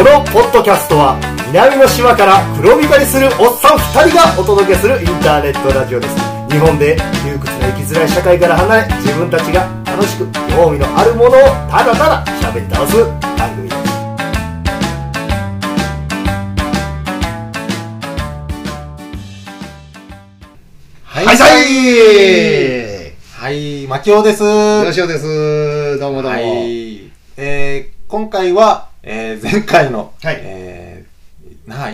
このポッドキャストは南の島から黒光りするおっさん2人がお届けするインターネットラジオです。日本で窮屈な生きづらい社会から離れ、自分たちが楽しく興味のあるものをただただ喋り倒す番組です。 はいはいはいはい、マキオです。 よしおです。どうもどうも。 はい、今回は、前回の、 はい、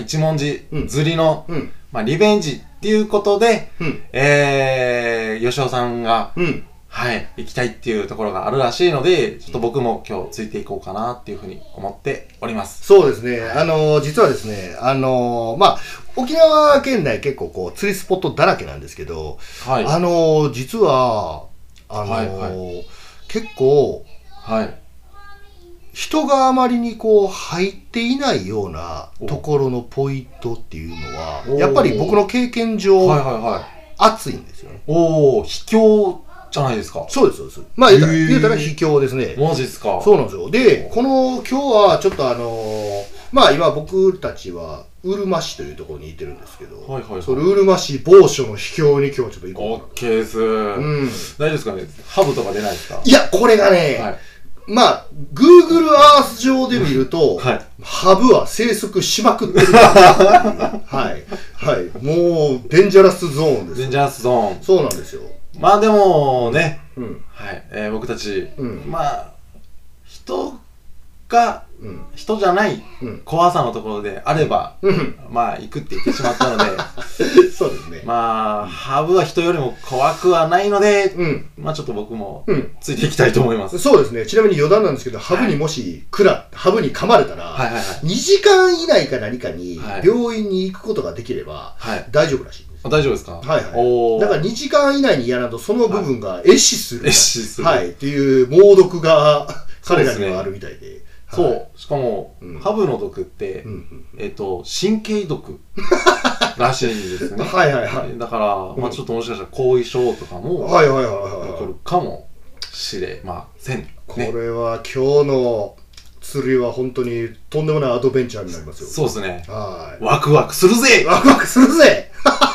一文字釣りの、リベンジっていうことで、吉尾さんが、はい、行きたいっていうところがあるらしいので、ちょっと僕も今日ついていこうかなっていうふうに思っております。 そうですね。実はですね、沖縄県内結構こう釣りスポットだらけなんですけど、 はい、 実は結構、 はい、 人があまりにこう入っていないようなところのポイントっていうのは、やっぱり僕の経験上、熱いんですよね。 おー、秘境じゃないですか。 そうです、そうです。言うたら秘境ですね。 マジですか。 そうなんですよ。で、今日はちょっと今僕たちはうるま市というところにいてるんですけど、そのうるま市某所の秘境に今日はちょっと行こうかな。 オッケーです。大丈夫ですかね。ハブとか出ないですか。 いや、これがね、Google Earth 上で見ると、ハブは生息しまくってる。はい。もう、デンジャラスゾーンです。 デンジャラスゾーン。 そうなんですよ。 まあでもね、僕たち、人じゃない怖さのところであれば、行くって言ってしまったので、 そうですね。 ハブは人よりも怖くはないので、ちょっと僕もついていきたいと思います。 そうですね。ちなみに余談なんですけど、ハブにもしハブに噛まれたら、2時間以内か何かに病院に行くことができれば大丈夫らしいんです。 大丈夫ですか。 だから2時間以内にやらんとその部分が壊死する。っていう猛毒が彼らにはあるみたいで。 そう。しかも、ハブの毒って、神経毒らしいんですね。だから、ちょっともしかしたら後遺症とかも起こるかもしれません。 これは今日の釣りは本当にとんでもないアドベンチャーになりますよ。 そうですね。ワクワクするぜ。 ワクワクするぜ。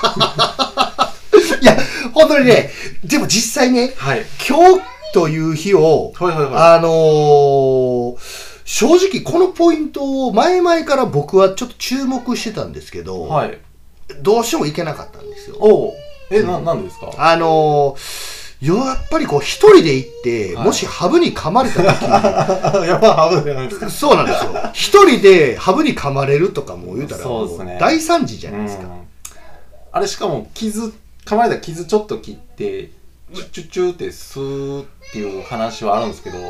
いや、本当にね、でも実際ね、今日という日を、正直このポイントを前々から僕はちょっと注目してたんですけど、どうしてもいけなかったんですよ。 なんでですか。 やっぱりこう一人で行って、もしハブに噛まれた時やっぱハブじゃないですか。 そうなんですよ。一人でハブに噛まれるとかも言うたら大惨事じゃないですか。 あれしかも噛まれた傷ちょっと切ってチュチュって吸うっていう話はあるんですけど、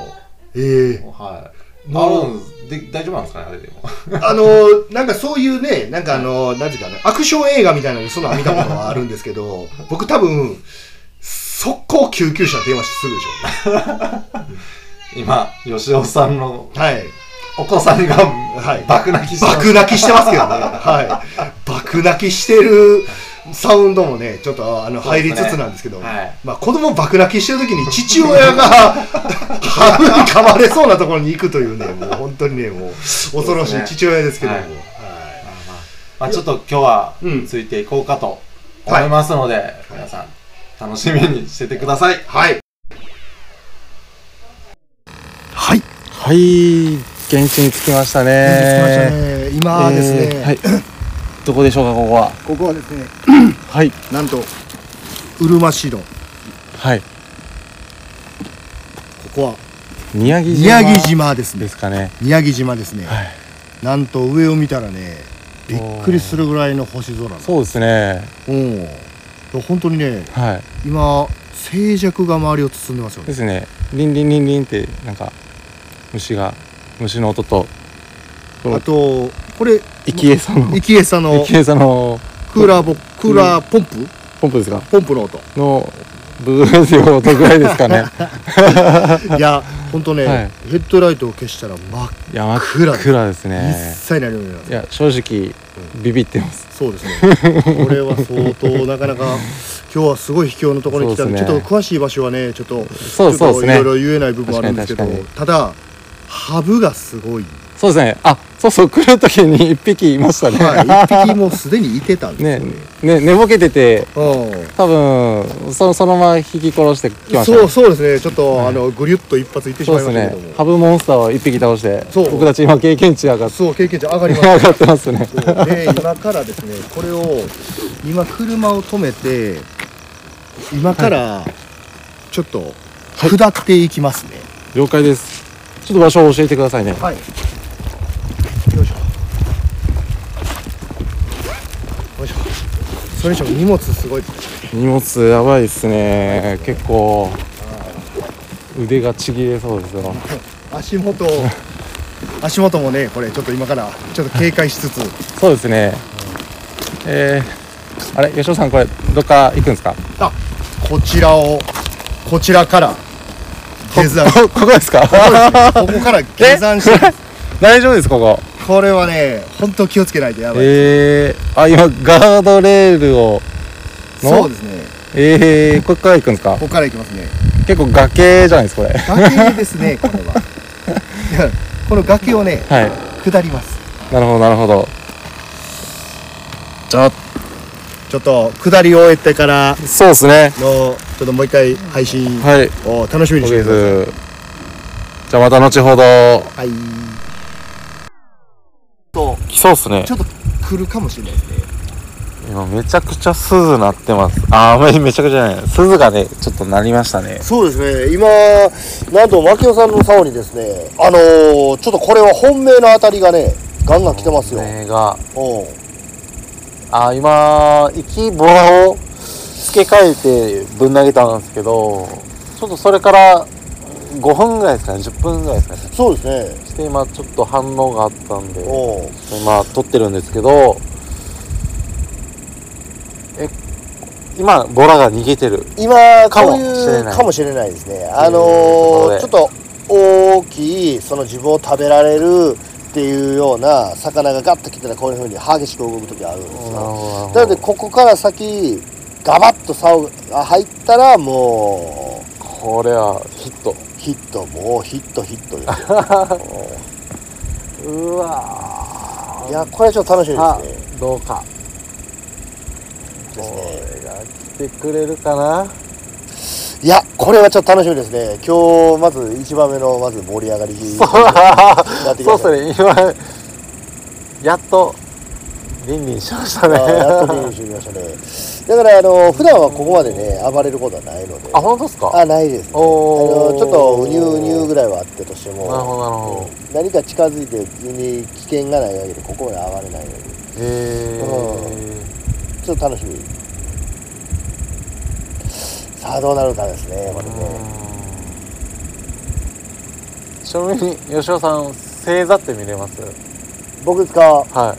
大丈夫なんですかね、あれでも。 なんかそういうね、なんていうかね、アクション映画みたいなのでそんなの見たことはあるんですけど、僕多分速攻救急車電話するでしょうね。 今吉尾さんのお子さんが爆泣きしてますけどね。爆泣きしてるサウンドもね、ちょっと入りつつなんですけど、子供爆泣きしてる時に父親がハブに噛まれそうなところに行くというね、もう本当にね、もう恐ろしい父親ですけども、 ちょっと今日はついていこうかと思いますので、皆さん楽しみにしててください。現地に着きましたね。 今ですね、 どこでしょうか。 ここはですね、なんとうるま市のここは宮城島ですね。宮城島ですね。なんと上を見たらね、びっくりするぐらいの星空。 そうですね。 本当にね、今静寂が周りを包んでますよね。 ですね。リンリンリンリンってなんか虫の音と、 あとこれ生餌のクーラーポンプですか。ポンプの音のブースよ音ぐらいですかね。 いや本当ね、ヘッドライトを消したら真っ暗ですね。 一切何も見えない。 いや正直ビビってます。 そうですね。これは相当なかなか今日はすごい秘境のところに来たので、ちょっと詳しい場所はね、ちょっといろいろ言えない部分はあるんですけど、ただハブがすごい。 そうですね。あ、そうそう、来る時に一匹いましたね。 はい、一匹もうすでにいてたんですよね。 寝ぼけてて、多分そのまま引き殺してきましたね。 そうですね。ちょっとぐりゅっと一発いってしまいましたけども。 ハブモンスターを一匹倒して、僕たち今経験値上がって。 そう、経験値上がります。 上がってますね。 で、今からですね、これを今車を止めて、今からちょっと下っていきますね。 了解です。ちょっと場所を教えてくださいね。 はい。よいしょ。よいしょ。それにしても荷物すごいですね。 荷物やばいですね。結構腕がちぎれそうですよ。 足元もね、これちょっと今からちょっと警戒しつつ。 そうですね。あれ、吉尾さん、これどっか行くんですか？ こちらから下山。 ここですか？ ここから下山して。 大丈夫です、ここ。 これはね、本当気をつけないとやばい。 今ガードレールを。 そうですね。 ここから行くんですか？ ここから行きますね。 結構崖じゃないですか、これ。 崖ですね、これは。この崖をね、下ります。 なるほど、なるほど。 ちょっと下り終えてからそうですね。 ちょっともう一回配信を楽しみにしてください。 じゃあまた後ほど。 はい。 来そうっすね。 ちょっと来るかもしれないですね。 今めちゃくちゃ鈴鳴ってます。めちゃくちゃない。鈴がね、ちょっと鳴りましたね。 そうですね。今、なんと牧雄さんの竿にですね、ちょっとこれは本命の当たりがね、ガンガン来てますよ。 本命が。今、生きボラを付け替えてぶん投げたんですけど、ちょっとそれから5分ぐらいですかね、10分ぐらいですかね。 そうですね。 そして今ちょっと反応があったんで、今撮ってるんですけど、今ボラが逃げてる。 今かもしれないですね。ちょっと大きいその自分を食べられるっていうような魚がガッと来たらこういう風に激しく動く時あるんですよ。なのでここから先ガバッと竿が入ったらもうこれはヒットもうヒットですよ。 うわいやこれはちょっと楽しみですね。 どうかですね。 これが来てくれるかな。 いやこれはちょっと楽しみですね。今日まず1番目のまず盛り上がりそうですね。今やっとリンリンしましたね。 やっとリンリンしましたね。だから普段はここまでね暴れることはないので。 本当ですか？ ないですね。ちょっとうにゅうにゅうぐらいはあってとしても、 なるほどなるほど。何か近づいてに危険がないわけでここまで暴れないので。ちょっと楽しみ。さあどうなるかですね。またね。 ちなみに吉尾さん星座って見れます？ 僕ですか？ はい。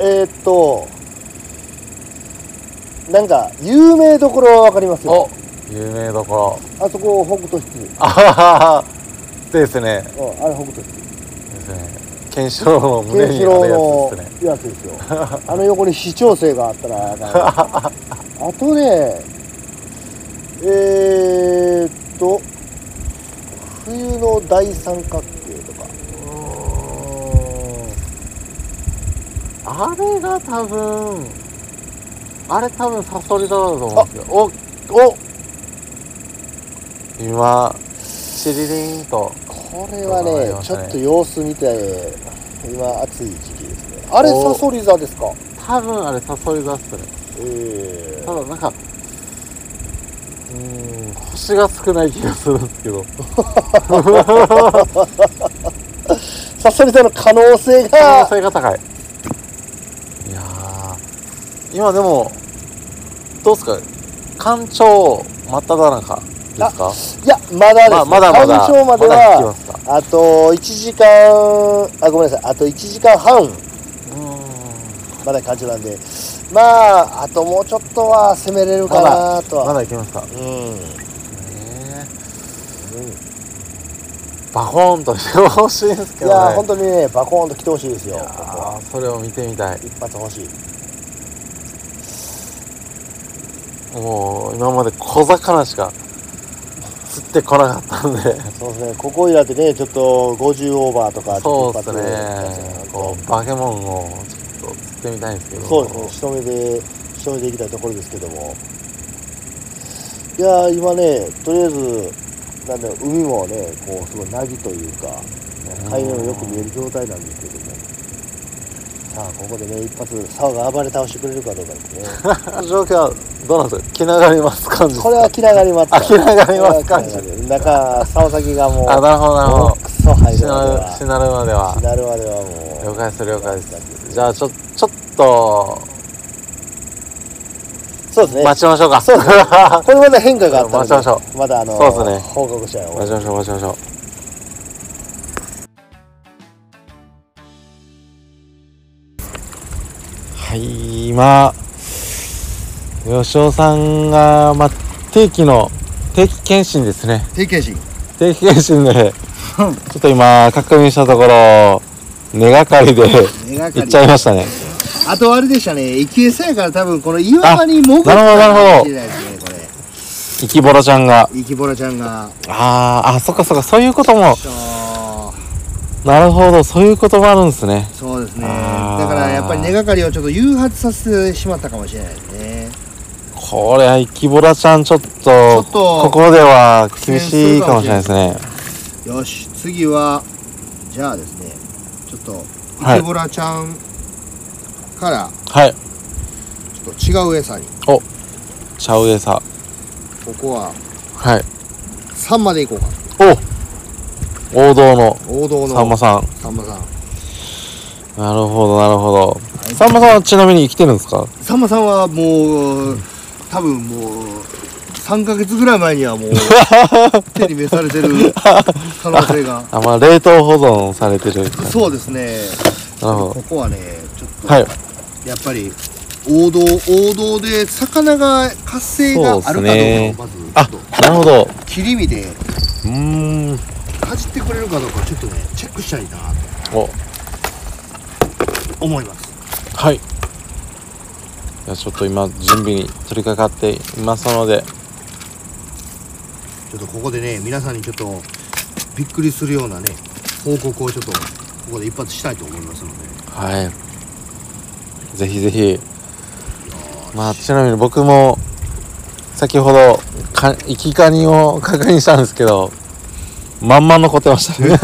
なんか有名どころは分かりますよ。 有名どころ。あそこ北斗七。 ですね。 あれ北斗七。 ですね。ケンシロウの胸にあるやつですよ。横に視聴性があったらあとね冬の大三角形とかあれ多分サソリ座だと思うんですよ。今チリリンとこれはねちょっと様子見て今暑い時期ですね。あれサソリ座ですか？ 多分あれサソリ座っすね。ただなんか星が少ない気がするんですけどサソリ座の可能性が高い。いや今でもどうですか？干潮真っ只中ですか？ いやまだです、ね。 まだ干潮まではあと1時間ごめんなさい、あと1時間半まだ干潮なんで、あともうちょっとは攻めれるかなとは。 まだいけますか？バコーンとしてほしいですけどね。 いや本当にねバコーンと来てほしいですよ。 それを見てみたい。 一発欲しい。 もう今まで小魚しか釣ってこなかったんで。 そうですね、ここいらってね、ちょっと50オーバーとか、 そうですね、こうバケモンをちょっと釣ってみたいんですけど。 そうですね、仕留めていきたいところですけども、いやー、今ね、とりあえずなんだろう、海もね、こうすごい凪というか、海面をよく見える状態なんですけども、さあここでね一発竿が暴れ倒してくれるかどうかですね。 状況はどうなんですか？気長に待つ感じですか？ これは気長に待つ。 気長に待つ感じ。 中竿先がもう、 あ、なるほどなるほど。 クソ入るまでは、 しなるまではもう了解です了解です。じゃあちょっとそうですね、 待ちましょうか。 そうですね、これまだ変化があったので、 待ちましょう。 まだそうですね、 報告したよ。 待ちましょう。はい、今吉尾さんが、定期検診ですね。 定期検診でちょっと今確認したところ根がかりで行っちゃいましたね。 あとあれでしたね、生餌やから多分この岩場に潜ったかもしれないですね、これ。生きボラちゃんが。そっかそういうことも。なるほど、そういうこともあるんですね。 そうですね。だからやっぱり根がかりをちょっと誘発させてしまったかもしれないですね。 これは生きボラちゃんちょっとここでは厳しいかもしれないですね。 よし、次はじゃあですね、ちょっと生きボラちゃんからはいちょっと違う餌に。 ちゃう餌。ここははいサンマでいこうか。 王道のさんまさん。なるほど。さんまさんはちなみに生きてるんですか？ さんまさんはもう多分もう3ヶ月ぐらい前にはもう手に召されてる可能性が。 冷凍保存されてる。 そうですね。ここはねちょっと、やっぱり王道で魚が活性があるかどうかをまずなるほど、 切り身でかじってくれるかどうかちょっとねチェックしたいなと思います。 はい。じゃあちょっと今準備に取り掛かっていますので、 ちょっとここでね皆さんにちょっとびっくりするようなね報告をちょっとここで一発したいと思いますので、 はい、ぜひぜひ。ちなみに僕も先ほど生きカニを確認したんですけど、まんま残ってましたね。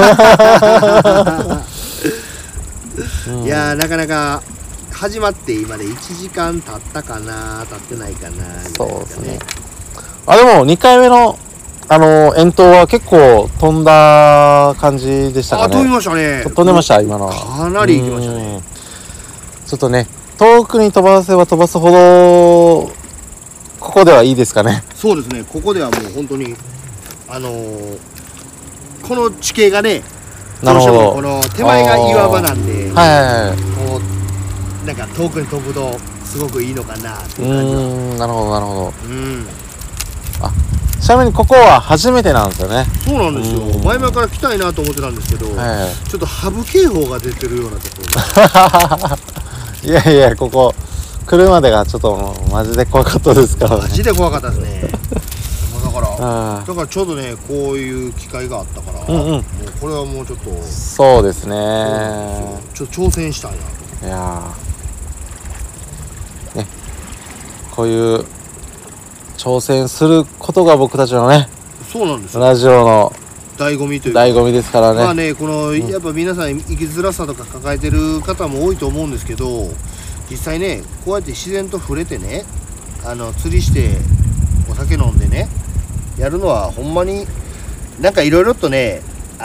いやなかなか始まって今で1時間経ったかな経ってないかな。 そうですね。でも2回目の遠投は結構飛んだ感じでしたかね。 飛びましたね。 飛んでました今の。 かなり行きましたね。 ちょっとね遠くに飛ばせば飛ばすほどここではいいですかね。 そうですね。ここではもう本当にこの地形がね、どうしてもこの手前が岩場なんで、こうなんか遠くに飛ぶとすごくいいのかなっていう感じは。 なるほど。ちなみにここは初めてなんですよね。 そうなんですよ。前々から来たいなと思ってたんですけど、ちょっとハブ警報が出てるようなところが。 いやここ来るまでがちょっとマジで怖かったですからね。 マジで怖かったですね。だからちょうどねこういう機会があったから、もうこれはもうちょっとそうですね。 ちょっと挑戦したいなと。 いやね、こういう挑戦することが僕たちのね、 そうなんですよ、 ラジオの醍醐味というか、 醍醐味ですからね。 まあね、このやっぱ皆さん生きづらさとか抱えてる方も多いと思うんですけど、実際ねこうやって自然と触れてね、釣りしてお酒飲んでねやるのはほんまになんかいろいろとね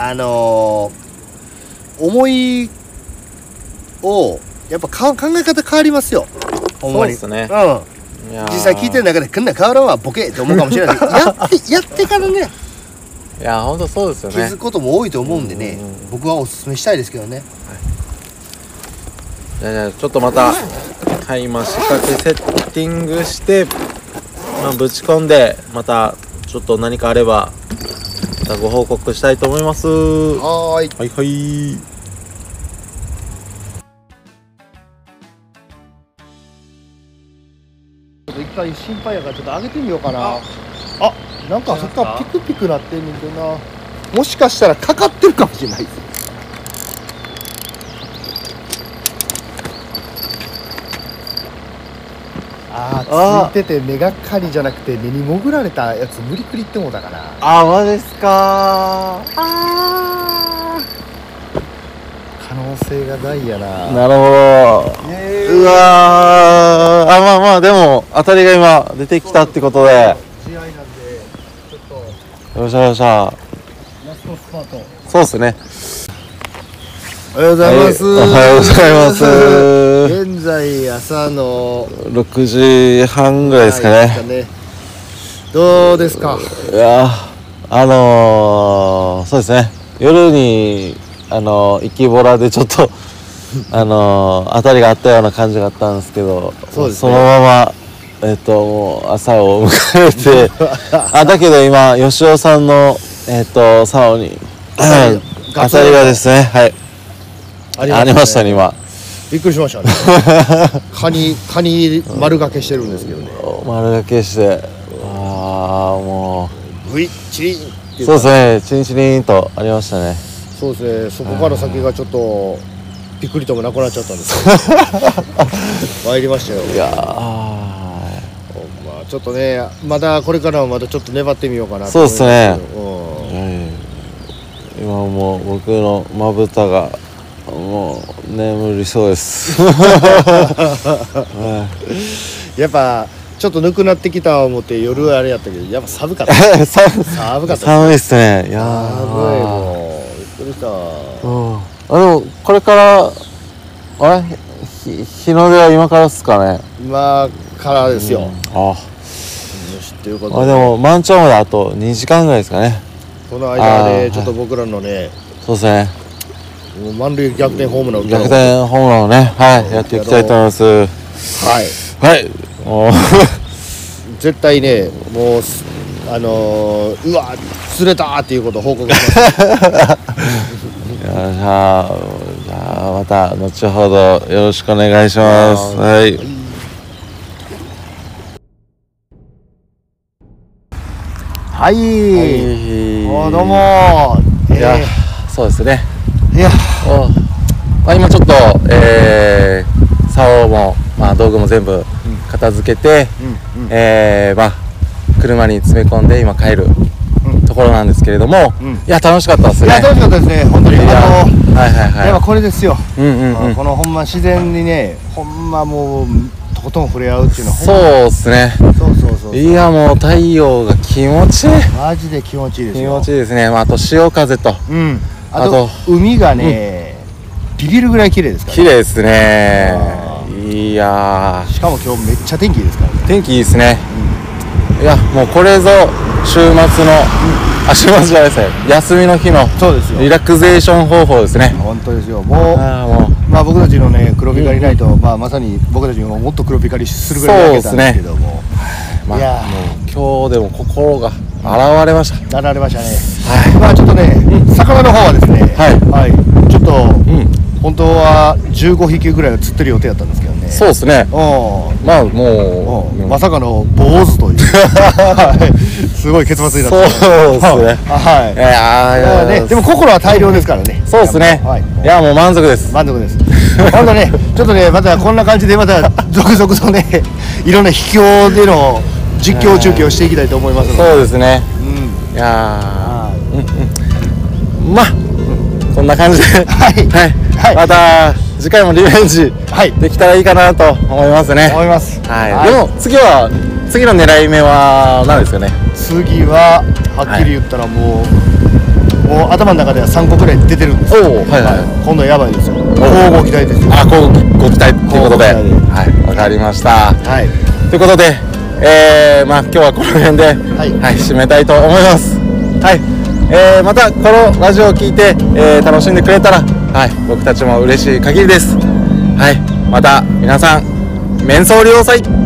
思いをやっぱ考え方変わりますよ、ほんまに。 そうですね。 実際聞いてる中でこんな変わらんわボケって思うかもしれないけどやってからね、 いや本当そうですよね、 気づくことも多いと思うんでね、僕はおすすめしたいですけどね。 じゃあちょっとまた今仕掛けセッティングして、ぶち込んでまたちょっと何かあればまたご報告したいと思います。はい。一回心配やからちょっと上げてみようかな。 なんかそっからピクピクなってんねんけどな。もしかしたらかかってるかもしれないです。あ、ついてて根がかりじゃなくて根に潜られたやつ無理くりってもうだから。 あ、マジですか。 可能性が大やな。 なるほど。うわー、あ、まあまあでも当たりが今出てきたってことで、 試合なんでちょっとよっしゃよっしゃ。 ラストスパート。 そうですね。 おはようございます。 おはようございます。 現在朝の 6時半ぐらいですかね。 どうですか。 いや、そうですね。夜にイキボラでちょっと当たりがあったような感じがあったんですけど、 そうですね、 そのままもう朝を迎えてだけど今吉尾さんの竿に当たりがですね、はい、ありましたね。今びっくりしましたね。カニ丸掛けしてるんですけどね。 丸掛けして、もうブイッチリンっていうか、 そうですね、チリンチリンとありましたね。 そうですね、そこから先がちょっとびっくりともなくなっちゃったんですけど参りましたよ。 いやちょっとね、まだこれからはまだちょっと粘ってみようかなとそうですね、 うん、 今もう僕のまぶたがもう眠りそうですやっぱちょっとぬくなってきた思って夜はあれやったけど、やっぱ寒かった寒かった、 寒いっすね。いや寒い、もうびっくりした。 でもこれからあれ日の出は今からですかね。 今からですよ。 よしっていうことで、 でも満潮まであと2時間ぐらいですかね。 この間でちょっと僕らのね、 そうですね、 満塁逆転ホームラン、 逆転ホームランをね、はい、やっていきたいと思います。 はいはい、もう絶対ね、もううわ釣れたーっていうことを報告します。 じゃあまた後ほどよろしくお願いします。はい。 はい、どうもいや、そうですね。 いや、 今ちょっと竿も道具も全部片付けて、車に詰め込んで今帰るところなんですけれども、いや楽しかったですね。 いや楽しかったですね、本当に。やっぱこれですよ。このほんま自然にね、ほんまもうとことん触れ合うっていうのはそうですね。そういやもう太陽が気持ちいい。 マジで気持ちいいですよ。 気持ちいいですね。あと潮風と、 あと海がね、ビビるぐらい綺麗ですから。 綺麗ですね。いやしかも今日めっちゃ天気いいですからね。 天気いいですね。いやもうこれぞ週末の週末じゃないですね、休みの日のリラクゼーション方法ですね。 本当ですよ。もう僕たちのね黒光りライト、まさに僕たちももっと黒光りするぐらい焼けたんですけども、 いやもう今日でも心が現れました。 現れましたね。ちょっとね、魚の方はですね、ちょっと本当は15匹ぐらいは釣ってる予定だったんですけどね。 そうですね。もうまさかの坊主というすごい結末になって。 そうですね。 でも心は大量ですからね。 そうですね。いやもう満足です。 満足です。本当ね、ちょっとね、またこんな感じでまた続々とね、いろんな秘境での実況中継をしていきたいと思いますので。 そうですね。いやこんな感じで、また次回もリベンジできたらいいかなと思いますね。 思います。 でも次の狙い目は何ですかね。 次ははっきり言ったらもう頭の中では3個ぐらい出てるんですよ。今度はやばいですよ。交互期待ですよ。 交互期待ということで、わかりました。ということで、今日はこの辺で締めたいと思います。またこのラジオを聞いて、楽しんでくれたら、僕たちも嬉しい限りです。また皆さん、メンソール要塞。